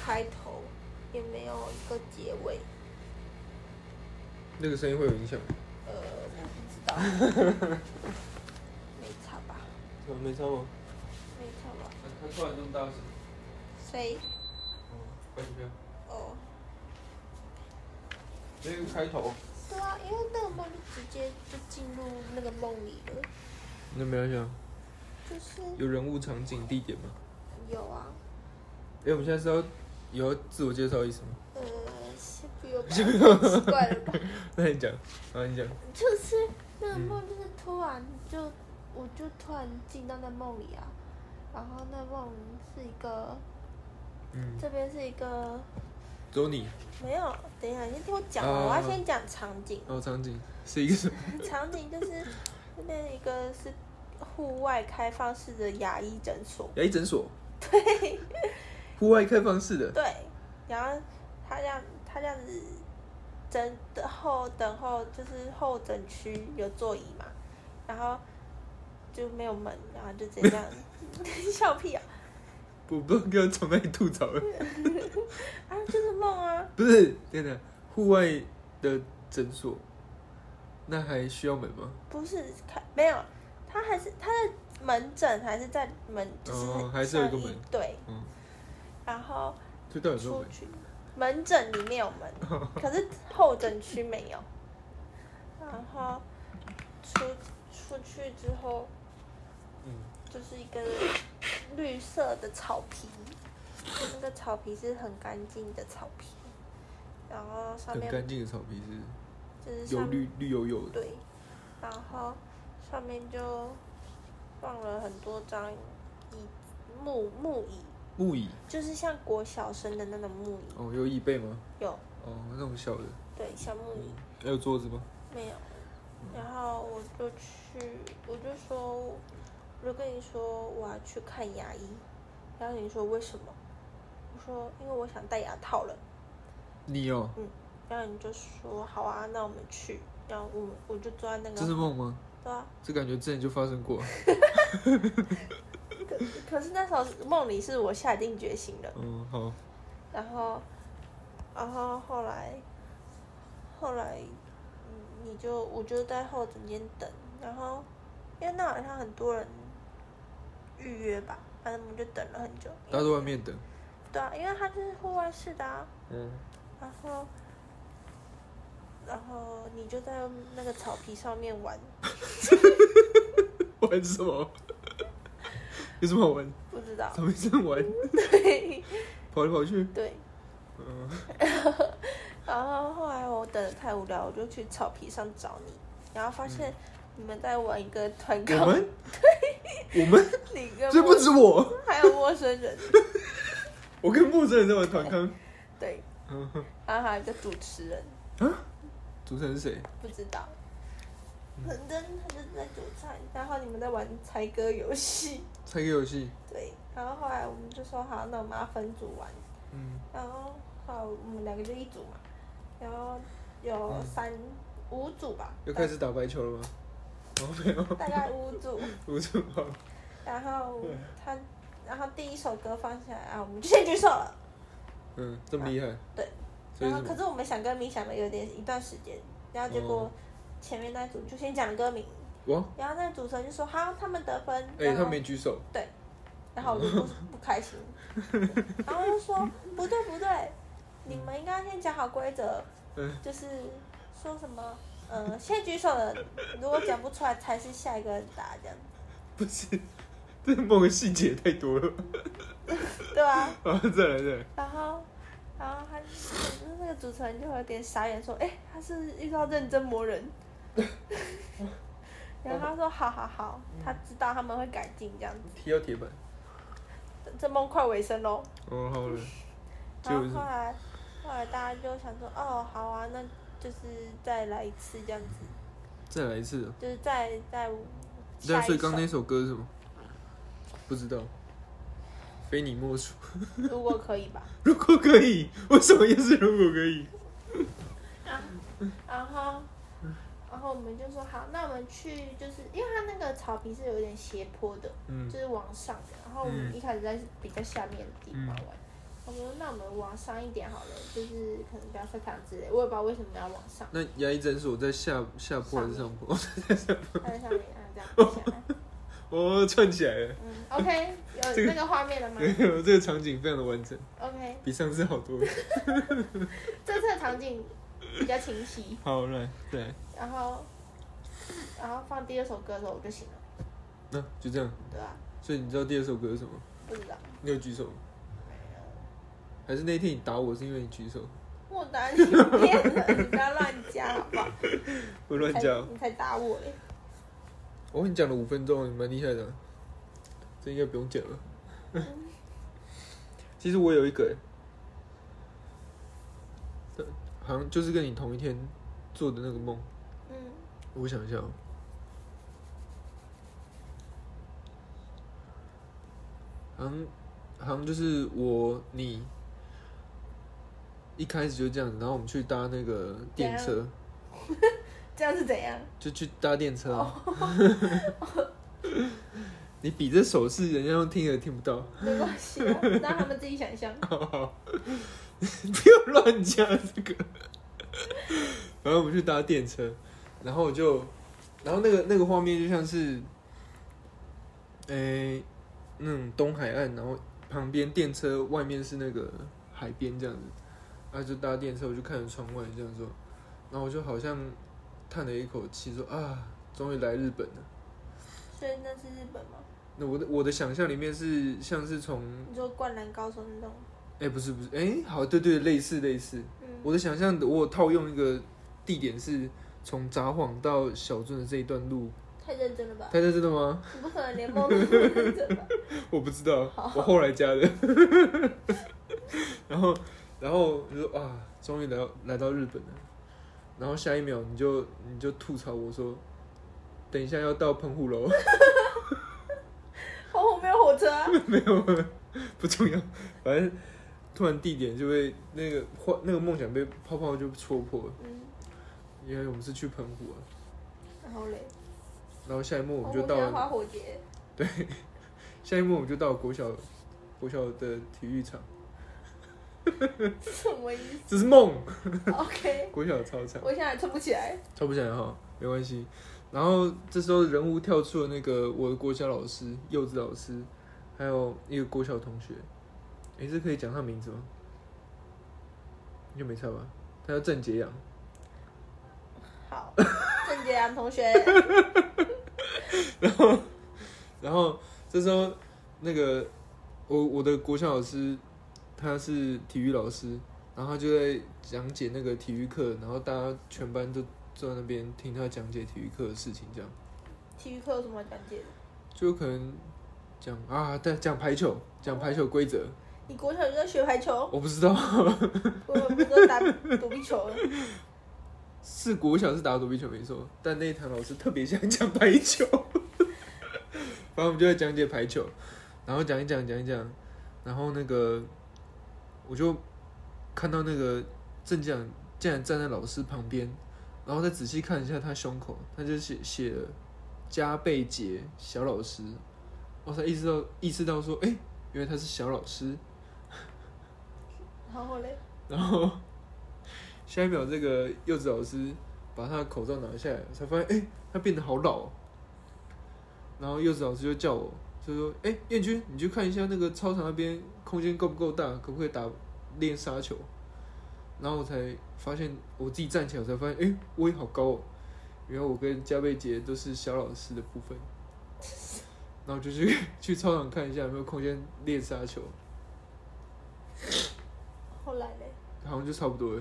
开头，也没有一个结尾。 那个声音会有影响吗？ 我不知道。没差吧？ 没差吗？ 没差吧？ 他突然这么大声。 谁？ 关机票。 哦。 那个开头。 对啊，因为那个梦就直接就进入那个梦里了。 那没关系啊。 就是有人物、场景、地点吗？ 有啊。 我们现在是要自我介绍意思吗？ 先不用吧，太奇怪了吧？ 那你讲，你讲。 就是那个梦，就是突然我就突然进到那梦里啊，然后那梦是一个，这边是一个。 只有你。 没有，等一下，你先听我讲完，我要先讲场景。 场景是一个什么？ 场景就是那边一个是户外开放式的牙医诊所。 牙医诊所。 对。 户外开放式的。 对，然后他这样子等候就是候诊区有座椅嘛，然后就没有门，然后就这样笑屁啊！ 我不知道该从哪里吐槽了。 啊，就是梦啊！ 不是，等，户外的诊所，那还需要门吗？ 不是，没有，他的门诊还是在门，就是还是有一个门。 对。然后出去，门诊里面有门，可是候诊区没有。然后出去之后，就是一个绿色的草皮，那个草皮是很干净的草皮，然后上面很干净的草皮就是有绿油油的。 对，然后上面就放了很多张木椅。 木椅就是像国小生的那种木椅。 有椅背吗？ 有。 那种小的。 对，小木椅。 还有桌子吗？ 没有。然后我就跟你说我要去看牙医，然后你说为什么？我说因为我想戴牙套了。 你哦。 然后你就说好啊，那我们去。然后我就坐在那个。 这是梦吗？ 对啊。 这感觉之前就发生过。 可是那时候梦里是我下定决心了。 好。 然后后来，我就在候诊间等，然后因为那好像很多人预约吧，反正我们就等了很久。 大家都外面等。 对啊，因为它是户外式的啊。然后你就在那个草皮上面玩。 玩什么？有什么好玩？ 不知道。 草皮上玩。 对。 跑来跑去。 对。然后后来我等得太无聊，我就去草皮上找你，然后发现你们在玩一个团康。 我们？ 对。 我们？ 你跟这不止我， 还有陌生人。 我跟陌生人在玩团康。 对。然后还有一个主持人。 主持人是谁？ 不知道。他就在煮菜，然后你们在玩猜歌游戏。 猜歌游戏。 对，然后后来我们就说好，那我们要分组玩。然后后来我们2个就一组嘛，然后有5组吧。 又开始打白球了吗？没有。 大概5组。 5组好。 然后第一首歌放下来啊，我们就先举手了。 这么厉害。 对。然后可是我们想歌名想了有一段时间，然后结果前面那组就先讲歌名。然后那个主持人就说好，他们得分。 他没举手。 对。然后我就不开心，然后就说不对，你们应该先讲好规则，就是说什么先举手的，如果讲不出来才是下一个人答这样。 不是，这梦的细节太多了。 对啊。 再来。 然后他那个主持人就有点傻眼，说他是遇到认真魔人。然后他说好，他知道他们会改进这样子。 踢到铁板。 这梦快尾声咯。 好了。 然后后来大家就想说好啊，那就是再来一次这样子。 再来一次。 就是再下一首。 所以刚那首歌是什么？不知道。非你莫属。 如果可以吧。 如果可以，为什么又是如果可以？ 然后我们就说好，那我们去，就是因为它那个草皮是有点斜坡的，就是往上的。然后我们一开始在比较下面的地方玩， 那我们往上一点好了，就是可能不要晒太阳之类，我也不知道为什么要往上。 那牙医诊所在下坡还是上坡？ 在上面，这样下来。 哦，串起来了。 OK， 有那个画面了吗？ 有，这个场景非常的完整。 OK， 比上次好多。 这次的场景比较清晰。 好，来，对。然后放第二首歌的时候我就醒了。 那就这样。 对啊。 所以你知道第二首歌是什么？ 不知道。 你有举手吗？ 没有。 还是那天你打我是因为你举手？ 我打你骗了，你不要乱讲好不好？ 不乱讲。 你才打我嘞！ 我跟你讲了5分钟，你蛮厉害的。这应该不用讲了。其实我有一个，好像就是跟你同一天做的那个梦。我想一下。好像就是你一开始就这样子，然后我们去搭那个电车。 这样是怎样？ 就去搭电车。你比这手势，人家都听也听不到。 没关系，让他们自己想象。 好，不要乱讲这个。然后我们去搭电车，然后那个画面就像是，那种东海岸，然后旁边电车外面是那个海边这样子，然后就搭电车，我就看着窗外这样说，然后我就好像叹了一口气，说啊，终于来日本了。 所以那是日本吗？ 那我的想象里面是像是从你说灌篮高手那种？ 不是，好，对，类似。我的想象，我有套用一个地点是从札幌到小樽的这一段路。 太认真了吧？ 太认真了吗？ 你不可能连梦都这么认真吧？ 我不知道，我后来加的。然后你说啊，终于来到日本了。然后下一秒你就吐槽我说，等一下要到澎湖喽。 澎湖没有火车啊？ 没有，不重要，反正突然地点就被那个梦想被泡泡就戳破了。因为我们是去澎湖啊。 然后嘞？ 然后下一幕我们就到了花火节。 对，下一幕我们就到了国小的体育场。 什么意思？ 这是梦。 OK。 国小的操场。 我现在还撑不起来。 撑不起来哈，没关系。然后这时候人物跳出了那个我的国小老师、幼稚老师，还有一个国小同学。这可以讲他名字吗？应该没差吧？他叫郑杰阳。 好，郑杰阳同学。 然后这时候那个我的国小老师他是体育老师，然后他就在讲解那个体育课，然后大家全班都坐在那边听他讲解体育课的事情，这样。 体育课有什么讲解的？ 就可能讲讲排球，讲排球规则。 你国小就在学排球？ 我不知道。 我们都打躲避球了。 是国小是打躲避球没错，但那一堂老师特别想讲排球。反正我们就在讲解排球，然后讲一讲，然后那个我就看到那个郑将竟然站在老师旁边，然后再仔细看一下他胸口，他就写了加倍节小老师，我才意识到说，原来他是小老师。 然后嘞？ 然后下一秒，这个柚子老师把他的口罩拿下来，才发现，他变得好老哦。然后柚子老师就叫我，就说，彦君，你去看一下那个操场那边空间够不够大，可不可以练杀球？然后我才发现，我自己站起来，我才发现，我也好高哦。原来我跟加倍杰都是小老师的部分。然后就去操场看一下有没有空间练杀球。 后来嘞？ 好像就差不多了。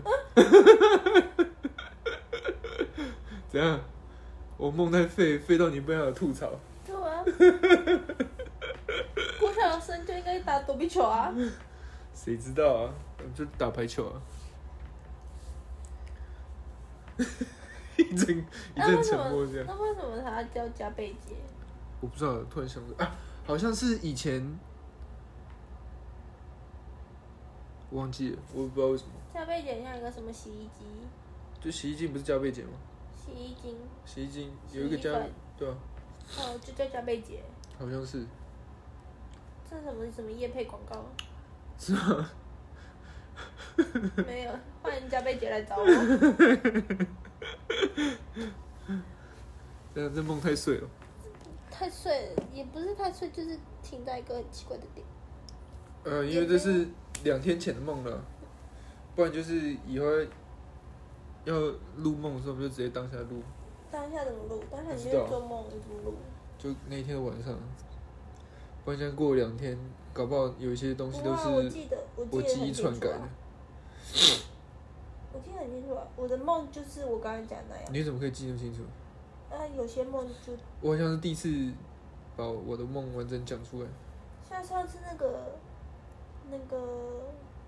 怎样？我梦太废到你不要有吐槽。 对啊。国小生就应该打躲避球啊。 谁知道啊？就打排球啊。一阵沉默这样。 那为什么他叫加倍节？ 我不知道，突然想到好像是以前。我忘记了，我不知道为什么。 加倍节像一个什么洗衣机？ 就洗衣精不是加倍节吗？ 洗衣精有一个加，对啊。 就叫加倍节。 好像是。 这是什么业配广告？ 是吗？ 没有，换人家贝姐来找我。 这梦太碎了。 太碎了，也不是太碎，就是停在一个很奇怪的点。 因为这是2天前的梦了，不然就是以后要录梦的时候，我们就直接当下录。 当下怎么录？当下你就做梦，你怎么录？ 就那一天的晚上，不然现在过了2天，搞不好有一些东西都是我记忆篡改的。 我记得很清楚啊，我的梦就是我刚才讲那样。 你怎么可以记那么清楚？ 有些梦就…… 我好像是第一次把我的梦完整讲出来。 像上次那个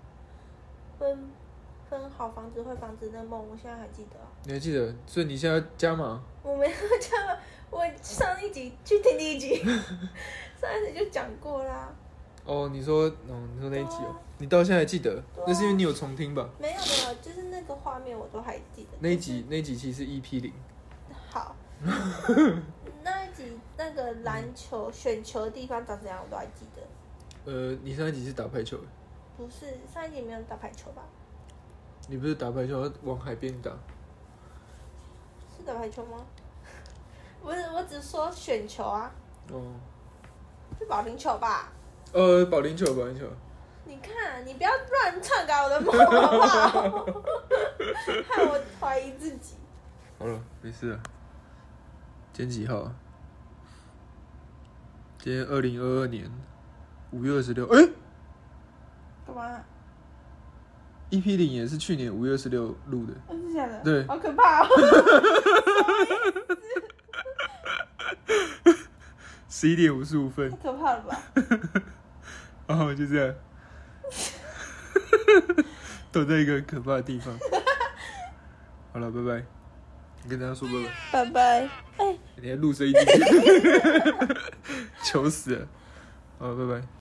分好房子坏房子那梦，我现在还记得啊。 你还记得？所以你现在加码？ 我没有加码，我上一集去听第1集，上一集就讲过啦。 哦，你说那一集哦，你到现在还记得？那是因为你有重听吧？ 没有，就是那个画面我都还记得。 那一集其实是 EP0。 好。那一集那个篮球选球的地方长怎样，我都还记得。 你上一集是打排球的？ 不是，上一集没有打排球吧？ 你不是打排球往海边打？ 是打排球吗？不是，我只说选球啊。 哦。 是保龄球吧？ 保龄球。 你看，你不要乱篡改我的梦好不好？害我怀疑自己。 好了，没事了。今天几号啊？今天2022年5月26。 干嘛 ？EP0也是去年5月26录的。 真的假的？ 对。 好可怕哦 ！11点55分。 太可怕了吧？ 哦，就这样。躲在一个可怕的地方。好了，拜拜。你跟大家说拜拜。拜拜。 你还录声音？糗死了。好，拜拜。